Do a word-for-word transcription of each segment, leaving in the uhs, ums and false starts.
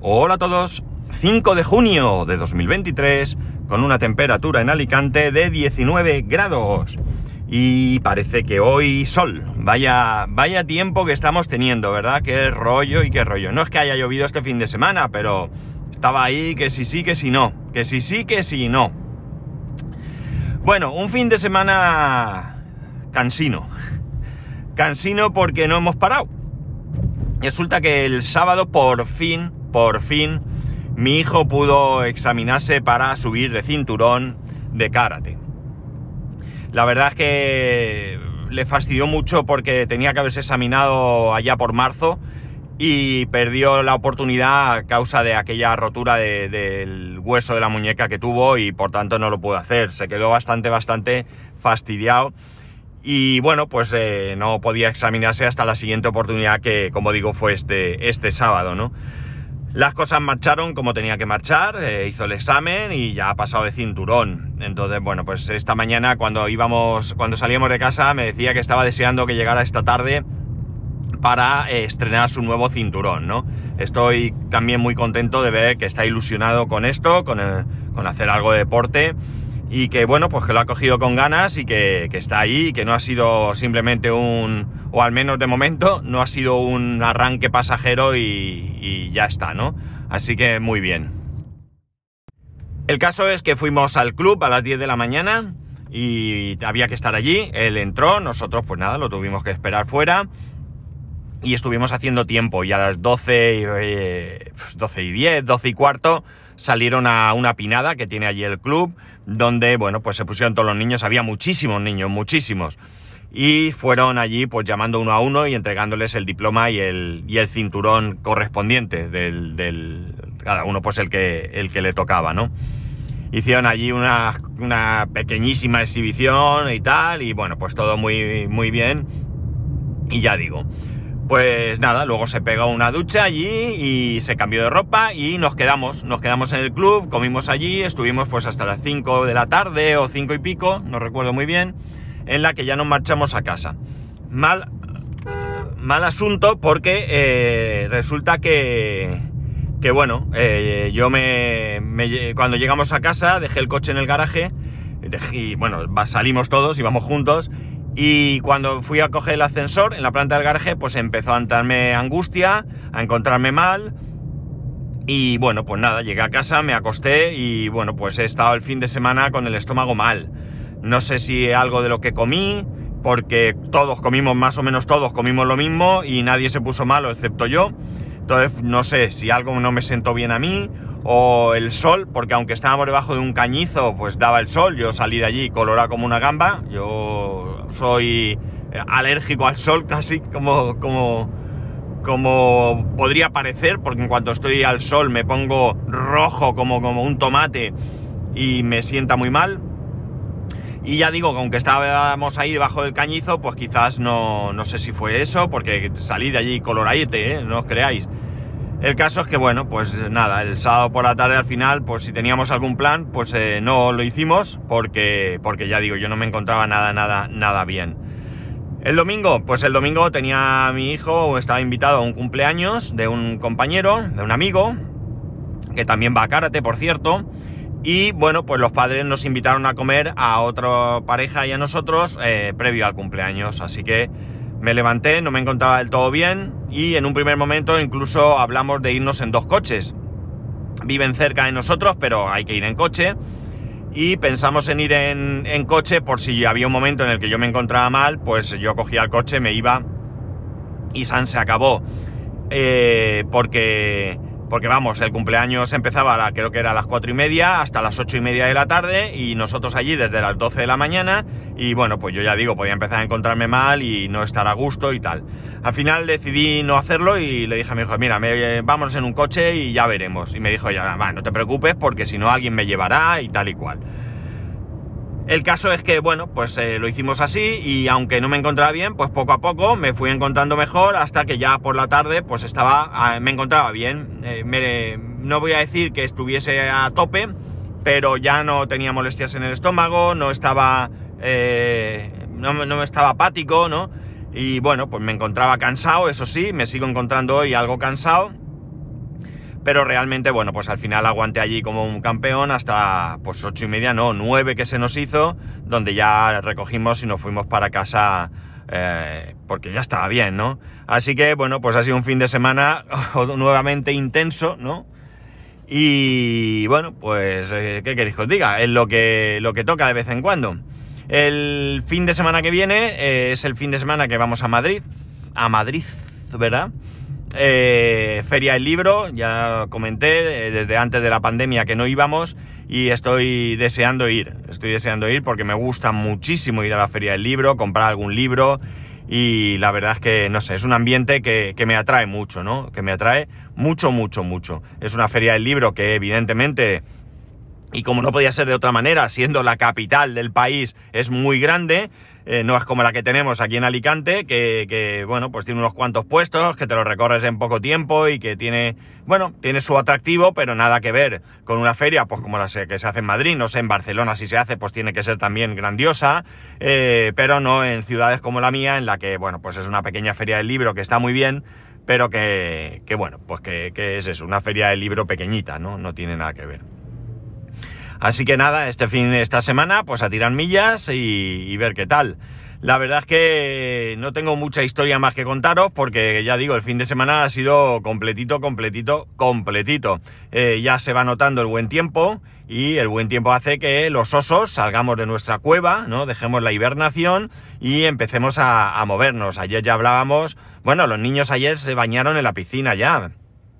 Hola a todos, cinco de junio de dos mil veintitrés, con una temperatura en Alicante de diecinueve grados. Y parece que hoy sol. Vaya, vaya tiempo que estamos teniendo, ¿verdad? Qué rollo y qué rollo. No es que haya llovido este fin de semana, pero estaba ahí que sí sí, que sí no. Que sí sí, que sí no. Bueno, un fin de semana cansino. Cansino porque no hemos parado. Resulta que el sábado por fin, por fin, mi hijo pudo examinarse para subir de cinturón de karate. La verdad es que le fastidió mucho porque tenía que haberse examinado allá por marzo y perdió la oportunidad a causa de aquella rotura de, del hueso de la muñeca que tuvo y por tanto no lo pudo hacer. Se quedó bastante, bastante fastidiado. Y bueno, pues eh, no podía examinarse hasta la siguiente oportunidad que, como digo, fue este, este sábado, ¿no? Las cosas marcharon como tenía que marchar, eh, hizo el examen y ya ha pasado de cinturón. Entonces, bueno, pues esta mañana cuando íbamos, cuando salíamos de casa me decía que estaba deseando que llegara esta tarde para eh, estrenar su nuevo cinturón, ¿no? Estoy también muy contento de ver que está ilusionado con esto, con, el, con hacer algo de deporte. Y que bueno, pues que lo ha cogido con ganas y que, que está ahí, que no ha sido simplemente un, o al menos de momento, no ha sido un arranque pasajero y, y ya está, ¿no? Así que muy bien. El caso es que fuimos al club a las diez de la mañana y había que estar allí. Él entró, nosotros pues nada, lo tuvimos que esperar fuera y estuvimos haciendo tiempo y a las doce y, eh, doce y diez, doce y cuarto salieron a una pinada que tiene allí el club, donde, bueno, pues se pusieron todos los niños, había muchísimos niños, muchísimos, y fueron allí pues llamando uno a uno y entregándoles el diploma y el, y el cinturón correspondiente del, del, cada uno pues el que, el que le tocaba, ¿no? Hicieron allí una, una pequeñísima exhibición y tal, y bueno, pues todo muy, muy bien, y ya digo, pues nada, luego se pegó una ducha allí y se cambió de ropa y nos quedamos, nos quedamos en el club, comimos allí, estuvimos pues hasta las cinco de la tarde o cinco y pico, no recuerdo muy bien, en la que ya nos marchamos a casa. Mal, mal asunto porque eh, resulta que, que bueno, eh, yo me, me, cuando llegamos a casa dejé el coche en el garaje dejé, y bueno, salimos todos, íbamos juntos. Y cuando fui a coger el ascensor en la planta del garaje, pues empezó a entrarme angustia, a encontrarme mal. Y bueno, pues nada, llegué a casa, me acosté y bueno, pues he estado el fin de semana con el estómago mal. No sé si algo de lo que comí, porque todos comimos, más o menos todos comimos lo mismo y nadie se puso malo excepto yo. Entonces no sé si algo no me sentó bien a mí o el sol, porque aunque estábamos debajo de un cañizo, pues daba el sol. Yo salí de allí colorado como una gamba. Yo soy alérgico al sol casi como, como, como podría parecer, porque en cuanto estoy al sol me pongo rojo como, como un tomate y me sienta muy mal. Y ya digo que aunque estábamos ahí debajo del cañizo, pues quizás no, no sé si fue eso, porque salí de allí coloradete, ¿eh? No os creáis. El caso es que bueno, pues nada, el sábado por la tarde al final, pues si teníamos algún plan, pues eh, no lo hicimos porque, porque ya digo, yo no me encontraba nada, nada, nada bien. El domingo, pues el domingo tenía a mi hijo, estaba invitado a un cumpleaños de un compañero, de un amigo, que también va a karate, por cierto, y bueno, pues los padres nos invitaron a comer a otra pareja y a nosotros eh, previo al cumpleaños, así que me levanté, no me encontraba del todo bien y en un primer momento incluso hablamos de irnos en dos coches. Viven cerca de nosotros, pero hay que ir en coche y pensamos en ir en, en coche por si había un momento en el que yo me encontraba mal, pues yo cogía el coche, me iba y san se acabó. Eh, porque, porque vamos, el cumpleaños empezaba a la, creo que era a las cuatro y media hasta las ocho y media de la tarde y nosotros allí desde las doce de la mañana. Y bueno, pues yo ya digo, podía empezar a encontrarme mal y no estar a gusto y tal. Al final decidí no hacerlo y le dije a mi hijo, mira, me, vámonos en un coche y ya veremos. Y me dijo, ya, va, no te preocupes porque si no alguien me llevará y tal y cual. El caso es que, bueno, pues eh, lo hicimos así y aunque no me encontraba bien, pues poco a poco me fui encontrando mejor hasta que ya por la tarde pues estaba, me encontraba bien. Eh, me, no voy a decir que estuviese a tope, pero ya no tenía molestias en el estómago, no estaba... Eh, no, no estaba apático, ¿no? Y bueno, pues me encontraba cansado, eso sí, me sigo encontrando hoy algo cansado, pero realmente, bueno, pues al final aguanté allí como un campeón hasta, pues ocho y media, no, nueve que se nos hizo, donde ya recogimos y nos fuimos para casa, eh, porque ya estaba bien, ¿no? Así que, bueno, pues ha sido un fin de semana nuevamente intenso, ¿no? Y, bueno, pues, eh, ¿qué queréis que os diga? Es lo que, lo que toca de vez en cuando. El fin de semana que viene eh, es el fin de semana que vamos a Madrid, a Madrid, ¿verdad? Eh, Feria del Libro, ya comenté eh, desde antes de la pandemia que no íbamos y estoy deseando ir, estoy deseando ir porque me gusta muchísimo ir a la Feria del Libro, comprar algún libro y la verdad es que, no sé, es un ambiente que, que me atrae mucho, ¿no? Que me atrae mucho, mucho, mucho. Es una Feria del Libro que evidentemente, y como no podía ser de otra manera, siendo la capital del país, es muy grande. Eh, no es como la que tenemos aquí en Alicante, que, que, bueno, pues tiene unos cuantos puestos, que te los recorres en poco tiempo y que tiene, bueno, tiene su atractivo, pero nada que ver con una feria, pues como la que se hace en Madrid, no sé, en Barcelona si se hace, pues tiene que ser también grandiosa, eh, pero no en ciudades como la mía, en la que, bueno, pues es una pequeña feria del libro que está muy bien, pero que, que bueno, pues que, que es eso, una feria del libro pequeñita, ¿no? No tiene nada que ver. Así que nada, este fin de esta semana, pues a tirar millas y, y ver qué tal. La verdad es que no tengo mucha historia más que contaros porque, ya digo, el fin de semana ha sido completito, completito, completito. Eh, ya se va notando el buen tiempo y el buen tiempo hace que los osos salgamos de nuestra cueva, ¿no? Dejemos la hibernación y empecemos a, a movernos. Ayer ya hablábamos, bueno, los niños ayer se bañaron en la piscina ya.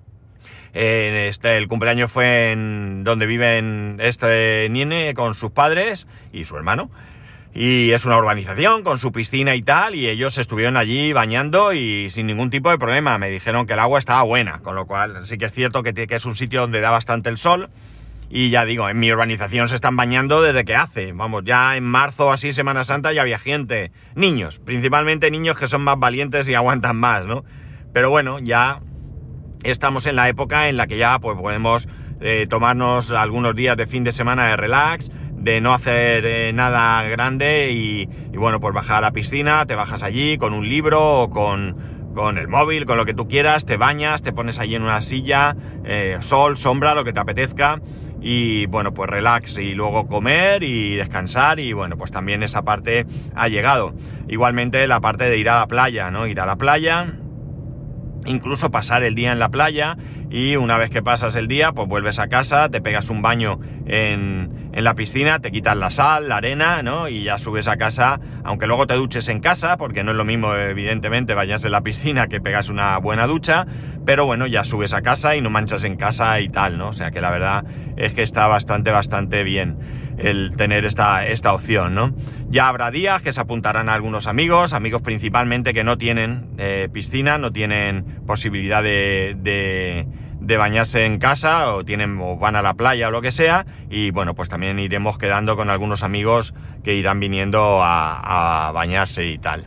Eh, este, el cumpleaños fue en donde viven este Niene con sus padres y su hermano. Y es una urbanización con su piscina y tal, y ellos estuvieron allí bañando y sin ningún tipo de problema. Me dijeron que el agua estaba buena, con lo cual sí que es cierto que, que es un sitio donde da bastante el sol. Y ya digo, en mi urbanización se están bañando desde que hace. Vamos, ya en marzo, así, Semana Santa, ya había gente. Niños, principalmente niños que son más valientes y aguantan más, ¿no? Pero bueno, ya estamos en la época en la que ya pues podemos eh, tomarnos algunos días de fin de semana de relax, de no hacer eh, nada grande y, y bueno, pues bajar a la piscina, te bajas allí con un libro o con, con el móvil, con lo que tú quieras, te bañas, te pones allí en una silla, eh, sol, sombra, lo que te apetezca y bueno, pues relax y luego comer y descansar y bueno, pues también esa parte ha llegado. Igualmente la parte de ir a la playa, ¿no? Ir a la playa, incluso pasar el día en la playa y una vez que pasas el día pues vuelves a casa, te pegas un baño en, en la piscina, te quitas la sal, la arena, ¿no? Y ya subes a casa, aunque luego te duches en casa, porque no es lo mismo evidentemente bañarse en la piscina que pegas una buena ducha, pero bueno, ya subes a casa y no manchas en casa y tal, ¿no? O sea que la verdad es que está bastante, bastante bien el tener esta, esta opción, ¿no? Ya habrá días que se apuntarán a algunos amigos, amigos principalmente que no tienen eh, piscina, no tienen posibilidad de, de, de bañarse en casa o tienen o van a la playa o lo que sea y bueno, pues también iremos quedando con algunos amigos que irán viniendo a, a bañarse y tal.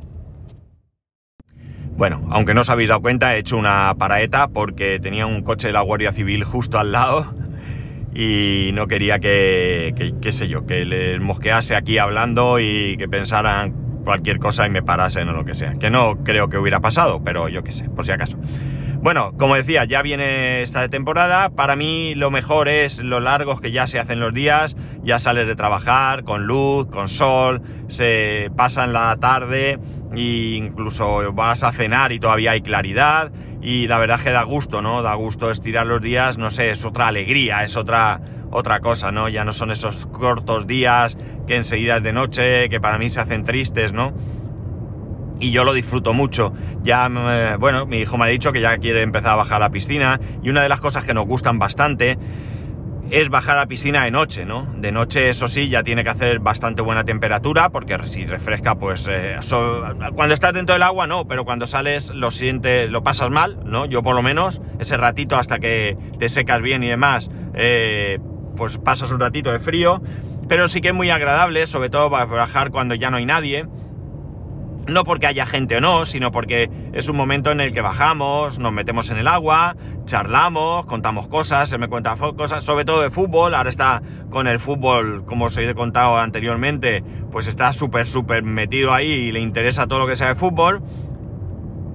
Bueno, aunque no os habéis dado cuenta, he hecho una paraeta porque tenía un coche de la Guardia Civil justo al lado y no quería que, que, qué sé yo, que les mosquease aquí hablando y que pensaran cualquier cosa y me parasen o lo que sea. Que no creo que hubiera pasado, pero yo qué sé, por si acaso. Bueno, como decía, ya viene esta temporada. Para mí lo mejor es lo largos que ya se hacen los días. Ya sales de trabajar con luz, con sol, se pasan la tarde e incluso vas a cenar y todavía hay claridad. Y la verdad es que da gusto, ¿no? Da gusto estirar los días, no sé, es otra alegría, es otra, otra cosa, ¿no? Ya no son esos cortos días que enseguida es de noche, que para mí se hacen tristes, ¿no? Y yo lo disfruto mucho. Ya, eh, bueno, mi hijo me ha dicho que ya quiere empezar a bajar a la piscina y una de las cosas que nos gustan bastante es bajar a la piscina de noche, ¿no? De noche, eso sí, ya tiene que hacer bastante buena temperatura, porque si refresca, pues... Eh, so, cuando estás dentro del agua, no, pero cuando sales lo sientes, lo pasas mal, ¿no? Yo por lo menos, ese ratito hasta que te secas bien y demás, eh, pues pasas un ratito de frío, pero sí que es muy agradable, sobre todo para bajar cuando ya no hay nadie. No porque haya gente o no, sino porque es un momento en el que bajamos, nos metemos en el agua, charlamos, contamos cosas, se me cuentan cosas, sobre todo de fútbol. Ahora está con el fútbol, como os he contado anteriormente, pues está súper, súper metido ahí y le interesa todo lo que sea de fútbol.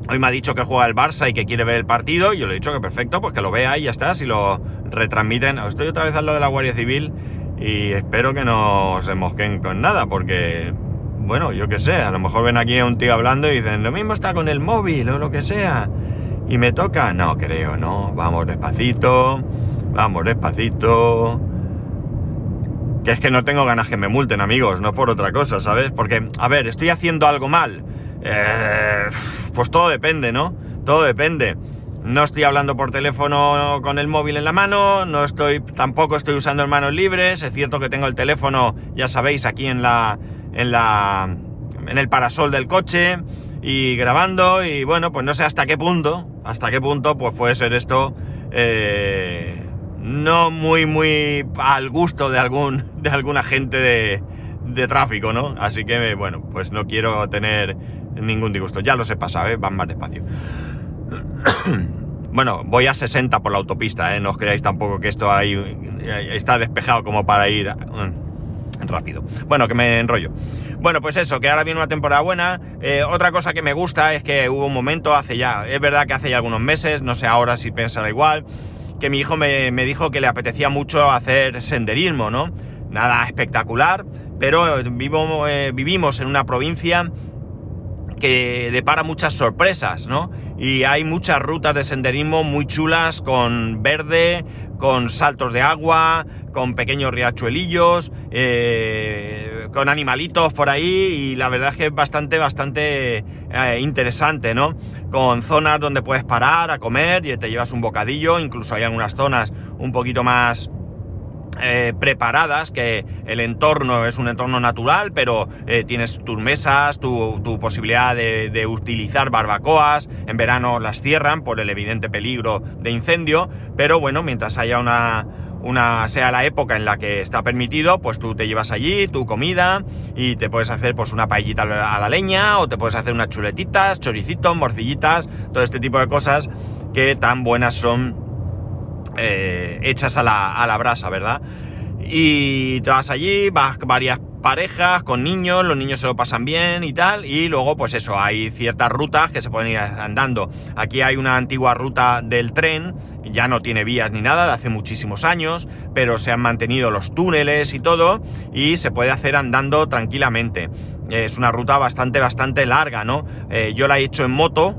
Hoy me ha dicho que juega el Barça y que quiere ver el partido, y yo le he dicho que perfecto, pues que lo vea y ya está, si lo retransmiten. Estoy otra vez al lado de la Guardia Civil y espero que no se mosquen con nada, porque, bueno, yo qué sé, a lo mejor ven aquí a un tío hablando y dicen, lo mismo está con el móvil o lo que sea, y me toca. No creo, no, vamos despacito, vamos despacito, que es que no tengo ganas que me multen, amigos, no por otra cosa, ¿sabes? Porque, a ver, estoy haciendo algo mal. Eh, pues todo depende, ¿no? Todo depende. No estoy hablando por teléfono con el móvil en la mano, no estoy, tampoco estoy usando en manos libres. Es cierto que tengo el teléfono, ya sabéis, aquí en la, en la, en el parasol del coche y grabando, y bueno, pues no sé hasta qué punto, hasta qué punto, pues puede ser esto eh, no muy, muy al gusto de algún, de algún agente de, de tráfico, ¿no? Así que, bueno, pues no quiero tener ningún disgusto. Ya los he pasado, ¿eh? Van más despacio. Bueno, voy a sesenta por la autopista, ¿eh? No os creáis tampoco que esto ahí está despejado como para ir rápido. Bueno, que me enrollo. Bueno, pues eso, que ahora viene una temporada buena. Eh, otra cosa que me gusta es que hubo un momento hace ya, es verdad que hace ya algunos meses, no sé ahora si pensará igual, que mi hijo me, me dijo que le apetecía mucho hacer senderismo, ¿no? Nada espectacular, pero vivo, eh, vivimos en una provincia que depara muchas sorpresas, ¿no? Y hay muchas rutas de senderismo muy chulas, con verde, con saltos de agua, con pequeños riachuelillos, eh, con animalitos por ahí, y la verdad es que es bastante, bastante eh, interesante, ¿no? Con zonas donde puedes parar a comer y te llevas un bocadillo, incluso hay algunas zonas un poquito más Eh, preparadas, que el entorno es un entorno natural, pero eh, tienes tus mesas, tu, tu posibilidad de, de utilizar barbacoas. En verano las cierran por el evidente peligro de incendio, pero bueno, mientras haya una, una sea la época en la que está permitido, pues tú te llevas allí tu comida y te puedes hacer pues una paellita a la leña, o te puedes hacer unas chuletitas, choricitos, morcillitas, todo este tipo de cosas que tan buenas son Eh, hechas a la, a la brasa, ¿verdad? Y te vas allí, vas varias parejas con niños, los niños se lo pasan bien y tal, y luego pues eso, hay ciertas rutas que se pueden ir andando. Aquí hay una antigua ruta del tren, que ya no tiene vías ni nada, de hace muchísimos años, pero se han mantenido los túneles y todo, y se puede hacer andando tranquilamente. Es una ruta bastante, bastante larga, ¿no? Eh, yo la he hecho en moto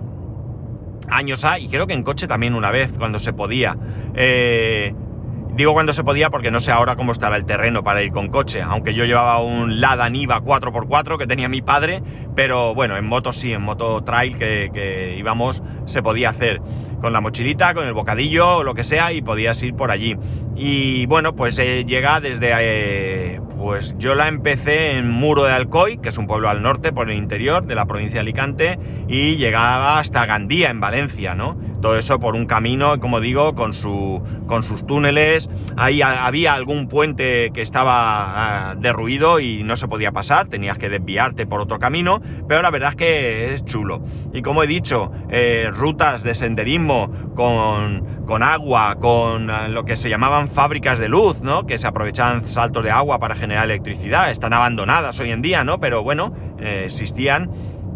años A, y creo que en coche también una vez, cuando se podía. Eh, digo cuando se podía porque no sé ahora cómo estará el terreno para ir con coche, aunque yo llevaba un Lada Niva cuatro por cuatro que tenía mi padre, pero bueno, en moto sí, en moto trail que, que íbamos, se podía hacer con la mochilita, con el bocadillo o lo que sea, y podías ir por allí. Y bueno, pues eh, llega desde... Eh, pues yo la empecé en Muro de Alcoy, que es un pueblo al norte, por el interior de la provincia de Alicante, y llegaba hasta Gandía, en Valencia, ¿no? Todo eso por un camino, como digo, con, su, con sus túneles. Ahí a, había algún puente que estaba uh, derruido y no se podía pasar, tenías que desviarte por otro camino, pero la verdad es que es chulo. Y como he dicho, eh, rutas de senderismo con, con agua, con uh, lo que se llamaban fábricas de luz, ¿no? Que se aprovechaban saltos de agua para generar electricidad. Están abandonadas hoy en día, ¿no? Pero bueno, eh, existían.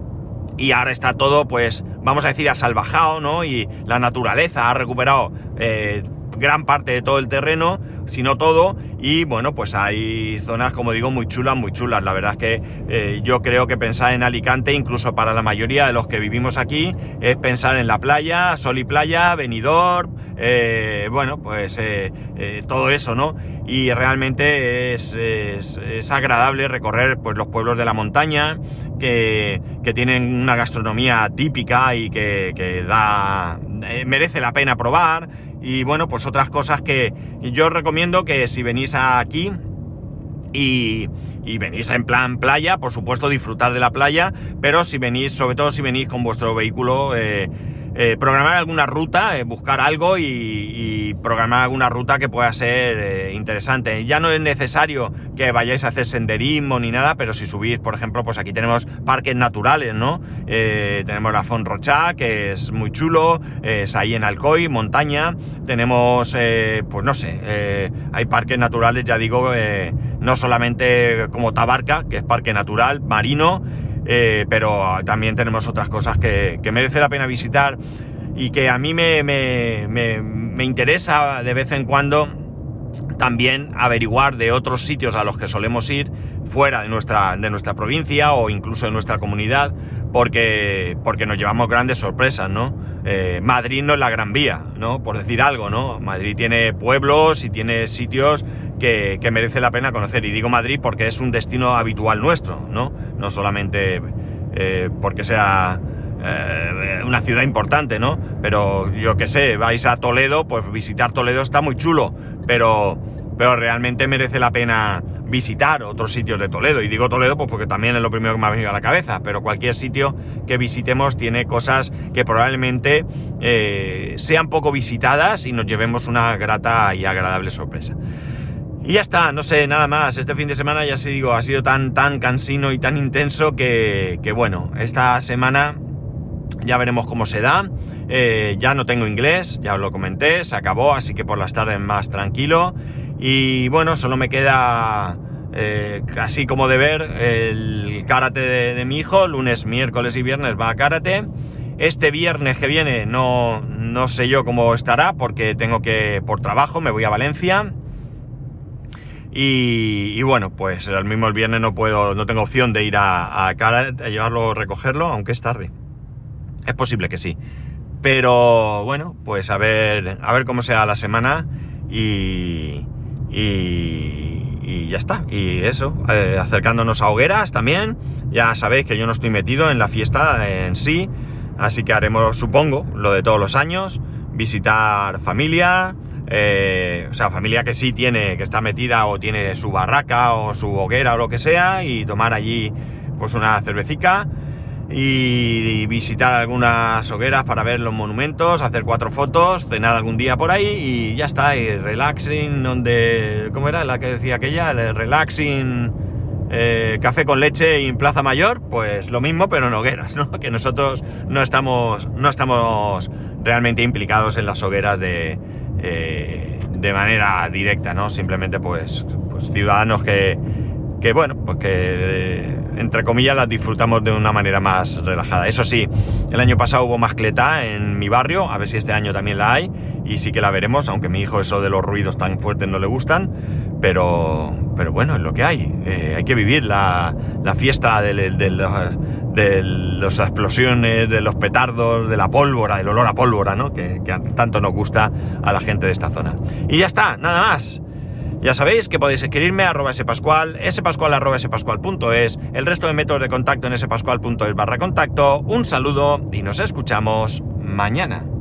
Y ahora está todo, pues, vamos a decir, asalvajado, ¿no? Y la naturaleza ha recuperado eh, gran parte de todo el terreno, si no todo, y bueno, pues hay zonas, como digo, muy chulas, muy chulas. La verdad es que eh, yo creo que pensar en Alicante, incluso para la mayoría de los que vivimos aquí, es pensar en la playa, sol y playa, Benidorm, eh, bueno, pues eh, eh, todo eso, ¿no? Y realmente es, es, es agradable recorrer pues los pueblos de la montaña, que, que tienen una gastronomía típica y que, que da, eh, merece la pena probar. Y bueno, pues otras cosas que yo os recomiendo, que si venís aquí y, y venís en plan playa, por supuesto disfrutar de la playa, pero si venís, sobre todo si venís con vuestro vehículo, eh, eh, programar alguna ruta, eh, buscar algo y, y programar alguna ruta que pueda ser eh, interesante. Ya no es necesario que vayáis a hacer senderismo ni nada, pero si subís, por ejemplo, pues aquí tenemos parques naturales, ¿no? Eh, tenemos la Font Rochà, que es muy chulo, eh, es ahí en Alcoy, montaña. Tenemos, eh, pues no sé, eh, hay parques naturales, ya digo, eh, no solamente como Tabarca, que es parque natural, marino. eh, pero también tenemos otras cosas que, que merece la pena visitar y que a mí me, me, me, me interesa de vez en cuando también averiguar de otros sitios a los que solemos ir fuera de nuestra, de nuestra provincia o incluso de nuestra comunidad, porque, porque nos llevamos grandes sorpresas, ¿no? Eh, Madrid no es la Gran Vía, ¿no? Por decir algo, ¿no? Madrid tiene pueblos y tiene sitios que, que merece la pena conocer. Y digo Madrid porque es un destino habitual nuestro, ¿no? No solamente eh, porque sea eh, una ciudad importante, ¿no? Pero yo qué sé, vais a Toledo, pues visitar Toledo está muy chulo, pero, pero realmente merece la pena visitar otros sitios de Toledo. Y digo Toledo pues porque también es lo primero que me ha venido a la cabeza, pero cualquier sitio que visitemos tiene cosas que probablemente eh, sean poco visitadas y nos llevemos una grata y agradable sorpresa. Y ya está, no sé, nada más. Este fin de semana, ya se digo, ha sido tan, tan cansino y tan intenso que, que bueno, esta semana ya veremos cómo se da. Eh, ya no tengo inglés, ya os lo comenté, se acabó, así que por las tardes más tranquilo. Y bueno, solo me queda, eh, así como de ver, el karate de, de mi hijo. Lunes, miércoles y viernes va a karate. Este viernes que viene no, no sé yo cómo estará, porque tengo que, por trabajo, me voy a Valencia. Y, y bueno, pues el mismo el viernes no puedo, no tengo opción de ir a, a karate, a llevarlo o recogerlo, aunque es tarde. Es posible que sí. Pero bueno, pues a ver, a ver cómo sea la semana y... Y, y ya está, y eso, eh, acercándonos a hogueras también. Ya sabéis que yo no estoy metido en la fiesta en sí, así que haremos, supongo, lo de todos los años, visitar familia, eh, o sea, familia que sí tiene, que está metida o tiene su barraca o su hoguera o lo que sea, y tomar allí pues una cervecica y visitar algunas hogueras para ver los monumentos, hacer cuatro fotos, cenar algún día por ahí y ya está. Y relaxing, donde, ¿cómo era la que decía aquella? El relaxing eh, café con leche en Plaza Mayor, pues lo mismo pero en hogueras, ¿no? Que nosotros no estamos, no estamos realmente implicados en las hogueras de, eh, de manera directa, ¿no? Simplemente pues, pues ciudadanos que, que bueno, pues que... Eh, entre comillas las disfrutamos de una manera más relajada. Eso sí, el año pasado hubo mascletá en mi barrio, a ver si este año también la hay, y sí que la veremos, aunque a mi hijo eso de los ruidos tan fuertes no le gustan, pero, pero bueno, es lo que hay. Eh, hay que vivir la, la fiesta de, de, de, los, de las explosiones, de los petardos, de la pólvora, del olor a pólvora, ¿no? Que, que tanto nos gusta a la gente de esta zona. Y ya está, nada más. Ya sabéis que podéis escribirme a arroba spascual, spascual arroba spascual punto es, el resto de métodos de contacto en spascual punto es barra contacto. Un saludo y nos escuchamos mañana.